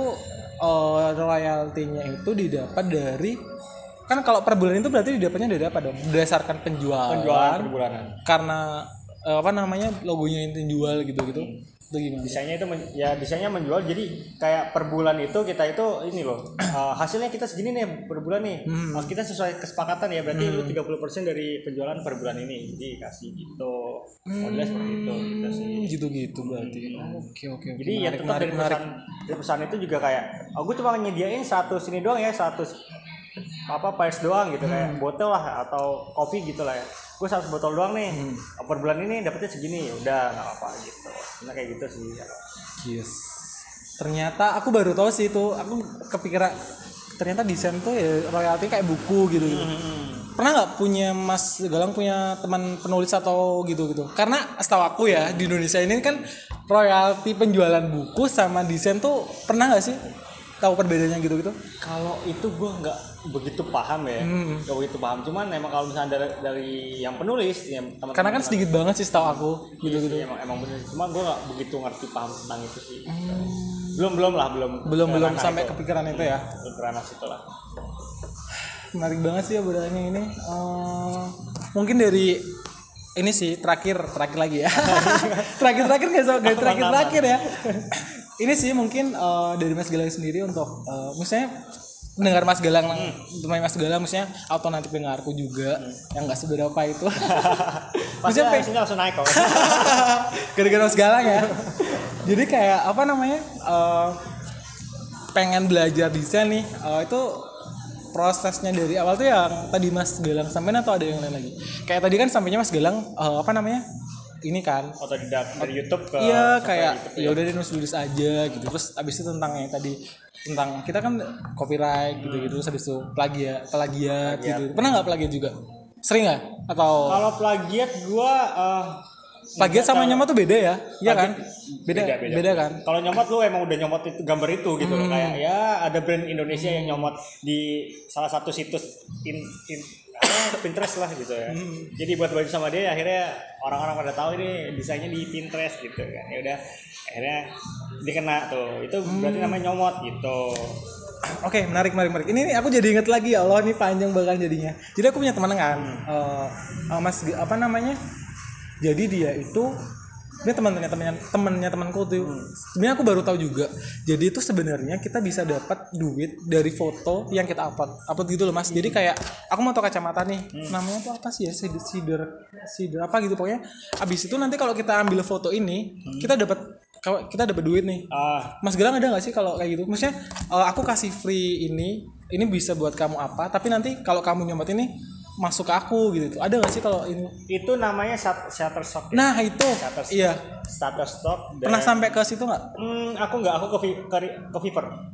royaltinya itu didapat dari, kan kalau per bulan itu berarti didapatnya dari apa dong? Berdasarkan penjualan Per bulanan. karena logonya yang dijual gitu itu gimana? Desainnya menjual, jadi kayak per bulan itu kita itu ini loh hasilnya kita segini nih per bulan nih. Kita sesuai kesepakatan ya, berarti lu 30% dari penjualan per bulan ini jadi kasih gitu. Modelnya seperti itu gitu sih. Gitu berarti. Oke. Jadi ya tetap dari perusahaan itu juga kayak gue cuma nyediain 100 ini doang ya, 100 price doang gitu, kayak botol lah atau kopi gitu lah ya. Gue 100 botol doang nih, per bulan ini dapetnya segini, udah nggak apa gitu. Nah kayak gitu sih. Yes. Ternyata aku baru tahu sih itu. Aku kepikiran ternyata desain tuh ya royalti kayak buku gitu. Pernah nggak punya Mas Galang punya teman penulis atau gitu? Karena setahu aku ya di Indonesia ini kan royalti penjualan buku sama desain tuh pernah nggak sih tahu perbedaannya gitu? Kalau itu gue nggak begitu paham ya, nggak begitu paham. Cuman emang kalau misalnya dari yang penulis, yang teman-teman, Karena kan sedikit banget sih setahu aku gitu. sih, emang bener. Cuma gue nggak begitu ngerti paham tentang itu sih. Belum Belum kerana sampai itu. kepikiran itu ya. Belum kerana situ lah. Menarik banget sih obrolannya ini. Mungkin dari ini sih terakhir lagi ya. terakhir nggak so, nggak terakhir ya. Ini sih mungkin dari Mas Galang sendiri untuk misalnya mendengar Mas Galang, teman Mas Galang misalnya atau nanti pendengarku juga yang nggak seberapa itu. Pasti hasilnya langsung naik kok. Gara-gara Mas Galang ya. Jadi kayak apa namanya? Pengen belajar desain nih, itu prosesnya dari awal tuh yang tadi Mas Galang sampein atau ada yang lain lagi? Kayak tadi kan sampainya Mas Galang ini kan Otodidak dari YouTube ke iya sampai kayak YouTube, ya udah nulis aja gitu. Terus abis itu tentang yang tadi tentang kita kan copyright gitu terus habis itu plagiat gitu. Pernah nggak plagiat juga? Sering nggak? Atau Kalau plagiat gue plagiat sama nyomot tuh beda ya? Iya kan? Beda kan? Kalau nyomot lu emang udah nyomot itu gambar itu gitu loh, kayak ya ada brand Indonesia yang nyomot di salah satu situs Pinterest lah gitu ya. Jadi buat baju sama dia akhirnya orang-orang pada tahu ini desainnya di Pinterest gitu kan. Ya udah akhirnya dikena tuh. Itu berarti namanya nyomot gitu. Oke, menarik. Ini aku jadi inget lagi, ya Allah, ini panjang bahkan jadinya. Jadi aku punya teman kan, Mas apa namanya? Jadi dia itu ini temannya temanku tuh. Sebenarnya aku baru tahu juga. Jadi itu sebenarnya kita bisa dapat duit dari foto yang kita upload gitu loh Mas. Jadi kayak aku mau tahu kacamata nih. Namanya tuh apa sih ya? Cider apa gitu pokoknya. Abis itu nanti kalau kita ambil foto ini, kita dapat duit nih. Mas Galang ada nggak sih kalau kayak gitu? Maksudnya aku kasih free ini bisa buat kamu apa? Tapi nanti kalau kamu nyomot ini masuk ke aku gitu. Ada nggak sih kalau ini? Itu namanya Shutterstock. Ya? Nah itu, iya. Shutterstock. Pernah sampai ke situ nggak? Aku ke Fiverr.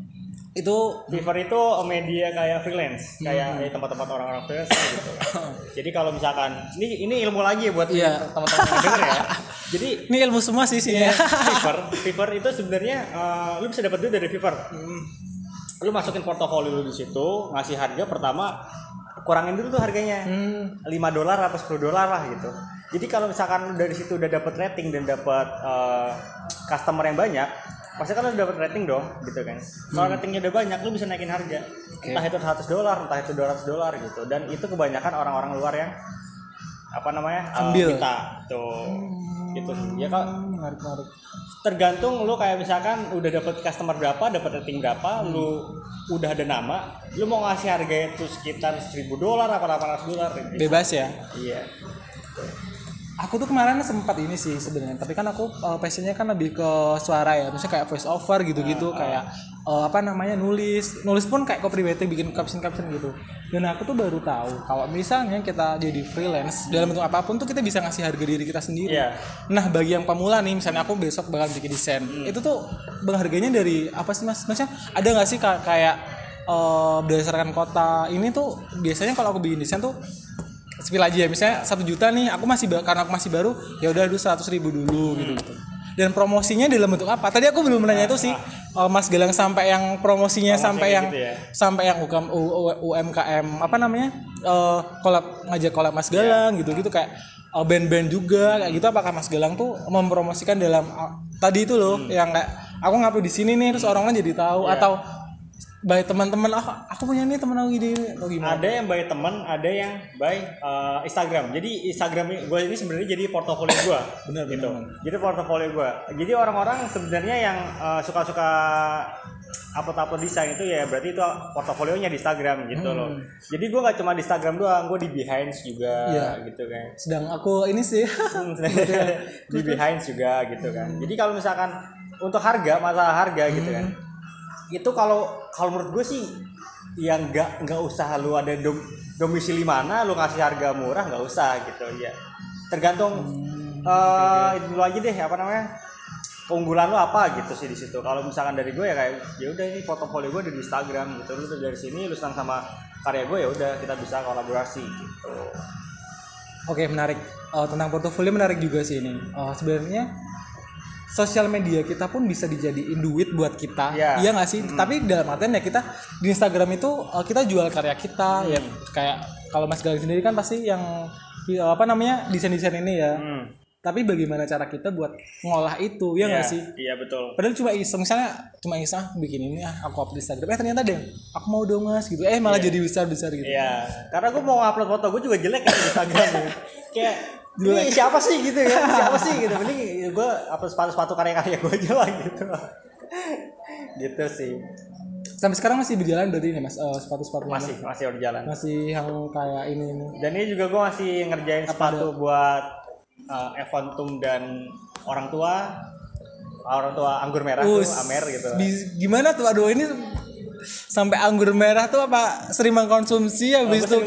Itu Fiverr itu media kayak freelance, kayak tempat-tempat orang-orang freelance gitu. Jadi kalau misalkan ini ilmu lagi ya buat teman-teman yang denger ya. Jadi ini ilmu semua sih ya. Fiverr itu sebenarnya lu bisa dapat duit dari Fiverr. Lu masukin portofolio lu di situ, ngasih harga pertama, kurangin dulu tuh harganya. $5 atau $10 lah gitu. Jadi kalau misalkan lu dari situ udah dapat rating dan dapat customer yang banyak, pasti kan lu dapat rating dong gitu kan. Kalau ratingnya udah banyak, lu bisa naikin harga. Entah itu $100, entah itu $200 gitu. Dan itu kebanyakan orang-orang luar yang ambil minta tuh. Gitu sih. Ya kalau menarik. tergantung lu kayak misalkan udah dapat customer berapa, dapat rating berapa, lu udah ada nama, lu mau ngasih harga itu sekitar $1,000 apa $800 gitu. Bebas ya. Iya. Aku tuh kemarin sempat ini sih sebenarnya, tapi kan aku passionnya kan lebih ke suara ya, maksudnya kayak voice over gitu-gitu, kayak nulis pun kayak copywriting, bikin caption gitu. Dan aku tuh baru tahu kalau misalnya kita jadi freelance dalam bentuk apapun tuh kita bisa ngasih harga diri kita sendiri. Nah bagi yang pemula nih, misalnya aku besok bakal bikin desain, itu tuh harganya dari apa sih mas? Maksudnya ada nggak sih kayak berdasarkan kota ini tuh biasanya kalau aku bikin desain tuh spill aja ya, misalnya 1 juta nih, karena aku masih baru, ya udah 100.000 dulu gitu. Dan promosinya dalam bentuk apa? Tadi aku belum menanya itu sih, Mas Galang, sampai yang promosinya sampai yang gitu ya? Sampai yang UMKM ngajak kolab Mas Galang gitu kayak band-band juga kayak gitu. Apakah Mas Galang tuh mempromosikan dalam tadi itu loh, yang kayak aku ngupload di sini nih terus orang jadi tahu, atau by teman-teman, aku punya nih teman aku gini atau gimana? Ada yang by teman, ada yang by Instagram. Jadi Instagram gue ini sebenarnya jadi portofolio gue. Benar. Jadi portofolio gue. Jadi orang-orang sebenarnya yang suka-suka upload desain itu ya berarti itu portofolionya di Instagram gitu loh. Jadi gue nggak cuma di Instagram doang, gue di Behance juga gitu kan. Sedang aku ini sih di Behance juga gitu kan. Jadi kalau misalkan untuk masalah harga gitu kan. Itu kalau menurut gue sih ya nggak usah lu ada domisili mana lu ngasih harga murah, nggak usah gitu ya. Tergantung itu aja deh keunggulan lu apa gitu sih di situ. Kalau misalkan dari gue ya kayak ya udah ini portofolio gue di Instagram gitu, lu dari sini lu senang sama karya gue ya udah kita bisa kolaborasi gitu. Oke, menarik. Tentang portofolio menarik juga sih ini. Sebenarnya sosial media kita pun bisa dijadiin duit buat kita, iya nggak sih? Tapi dalam artian ya kita di Instagram itu kita jual karya kita, ya kayak kalau Mas Galang sendiri kan pasti yang desain-desain ini ya. Tapi bagaimana cara kita buat ngolah itu, ya nggak sih? Iya betul. Padahal cuma iseng bikin ini aku upload di Instagram, ternyata deh aku mau dong Mas gitu, malah jadi besar gitu. Iya, karena gue mau upload foto gue juga jelek kan di Instagram gitu. Kayak ini siapa sih gitu ya? Mending gue upload sepatu karya-karya gue aja lah gitu. Gitu sih. Sampai sekarang masih berjalan berarti ini Mas, sepatu-sepatu masih berjalan. Masih yang kayak ini. Dan ini juga gue masih ngerjain sepatu buat Eventum dan orang tua anggur merah tuh Amer gitu. Gimana tuh? Aduh, ini sampai anggur merah tuh apa sering mengkonsumsi habis itu.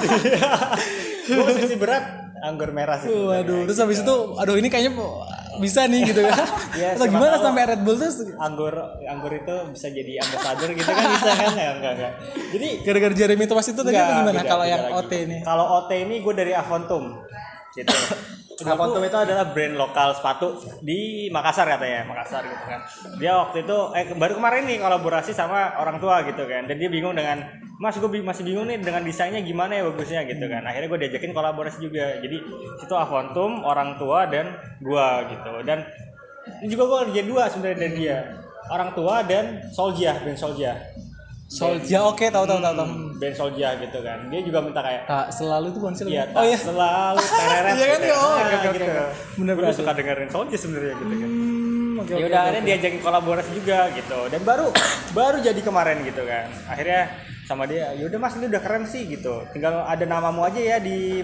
Gue konsumsi berat anggur merah sih. Waduh, terus habis itu ini kayaknya bisa nih gitu kan. Atau gimana sampai Red Bull tuh anggur itu bisa jadi ambasador gitu kan, bisa kan ya? Enggak. Jadi gara-gara Jeremy Thomas itu tadi gimana kalau yang OT ini? Kalau OT ini gue dari Aventum gitu. Aventum itu adalah brand lokal sepatu di Makassar katanya, gitu kan. Dia waktu itu baru kemarin nih kolaborasi sama orang tua gitu kan. Dan dia bingung dengan, Mas gue masih bingung nih dengan desainnya gimana ya bagusnya gitu kan. Akhirnya gue diajakin kolaborasi juga. Jadi situ Aventum, orang tua dan gue gitu. Dan ini juga gue kerja 2 sebenarnya dari dia. Orang tua dan brand Solja, oke, tahu. Band Solja gitu kan. Dia juga minta kayak selalu itu konser. Iya, selalu tereret. Iya kan? Gitu. Bener. Gue suka dengerin Solja sebenarnya gitu kan. Ya udah akhirnya diajakin kolaborasi juga gitu. Dan baru jadi kemarin gitu kan. Akhirnya sama dia, yaudah Mas ini udah keren sih gitu. Tinggal ada namamu aja ya di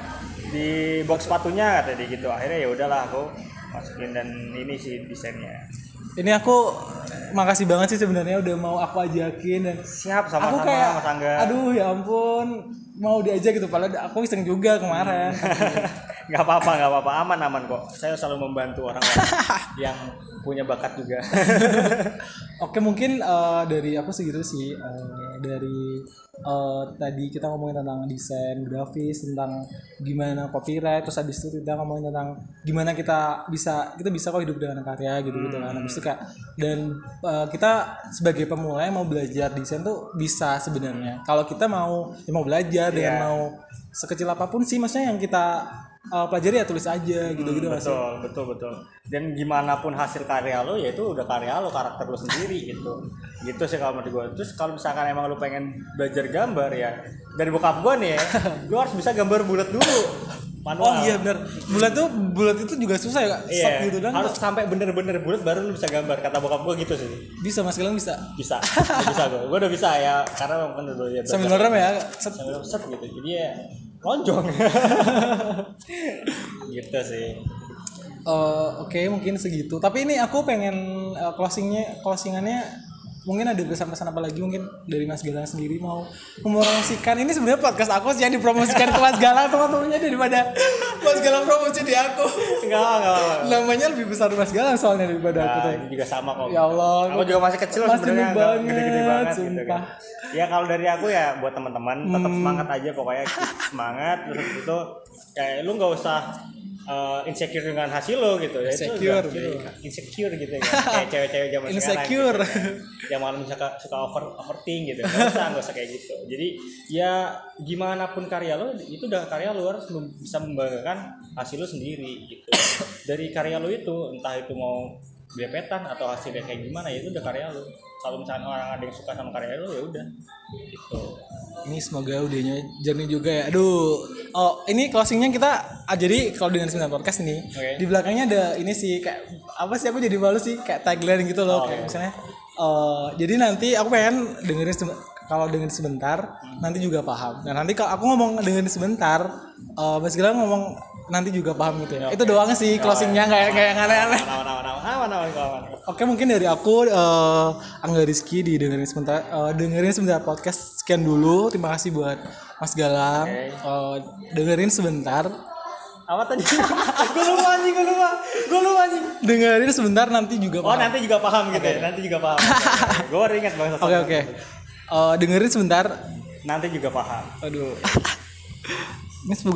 box sepatunya kata dia gitu. Akhirnya ya udahlah aku masukin dan ini sih desainnya. Ini aku makasih banget sih sebenarnya udah mau aku ajakin dan siap sama-sama aku kayak, Mas Angga. Aduh ya ampun mau diajak gitu, padahal aku iseng juga kemarin. Nggak apa-apa, aman kok. Saya selalu membantu orang-orang yang punya bakat juga. Oke, mungkin dari aku segitu sih. Dari tadi kita ngomongin tentang desain grafis, tentang gimana copyright, terus habis itu kita ngomongin tentang gimana kita bisa kok hidup dengan karya gitu kan. Habis itu kayak dan kita sebagai pemula yang mau belajar desain tuh bisa sebenarnya. Kalau kita mau belajar dengan mau sekecil apapun sih, maksudnya yang kita pelajari ya tulis aja gitu-gitu. Betul. Dan gimana pun hasil karya lo ya itu udah karya lo, karakter lo sendiri gitu sih kalau menurut gue. Terus kalau misalkan emang lo pengen belajar gambar ya dari bokap gue nih ya, lo harus bisa gambar bulat dulu manual. Oh iya benar, bulat itu juga susah ya kak. Gitu kan harus sampai bener-bener bulat baru lo bisa gambar, kata bokap gue gitu sih. Bisa Mas Gilang bisa gue udah bisa ya, karena bener ya sambil merem ya sambil set gitu, jadi ya lonjong. Gitu sih. Oke, mungkin segitu. Tapi ini aku pengen closingannya mungkin ada pesan-pesan apa lagi mungkin dari Mas Galang sendiri mau mempromosikan. Ini sebenarnya podcast aku sih yang dipromosikan ke Mas Galang teman-temannya daripada Mas Galang promosi di aku. Enggak. Namanya lebih besar Mas Galang soalnya daripada aku tuh. Ini juga sama kok. Ya Allah. Aku juga masih kecil sebenarnya, gede-gede banget sumpah. gitu kan. Ya kalau dari aku ya buat teman-teman tetap semangat aja pokoknya, semangat. Terus itu kayak lu nggak usah insecure dengan hasil lo gitu ya, insecure gitu ya, kayak cewek-cewek zaman sekarang gitu, yang malam suka overthink gitu, nggak usah kayak gitu. Jadi ya gimana pun karya lo itu udah karya lo, harus bisa membanggakan hasil lo sendiri gitu. Dari karya lo itu entah itu mau grepetan atau hasilnya kayak gimana ya itu udah karya lo. Kalau misalnya orang ada yang suka sama karya lo ya udah gitu. Ini semoga audionya jernih juga ya. Aduh. Oh, ini closingnya kita jadi kalau dengan 9 podcast ini di belakangnya ada ini sih kayak apa sih, aku jadi malu sih kayak tagline gitu loh, kayak misalnya jadi nanti aku pengen kalau dengerin sebentar nanti juga paham. Nah, nanti kalau aku ngomong dengerin sebentar Mas Gilang ngomong nanti juga paham gitu ya. Itu doang sih closingnya, kayak yang aneh-aneh. Oke, mungkin dari aku Angga Rizky di dengerin sebentar podcast sekian dulu. Terima kasih buat Mas Galang. Dengerin sebentar. Apa tadi? Gue lupa anjing. Dengerin sebentar nanti juga paham. Oh, nanti juga paham gitu ya. Nanti juga paham. Gue baru ingat banget. Oke. Dengerin sebentar. Nanti juga paham. Aduh. Ini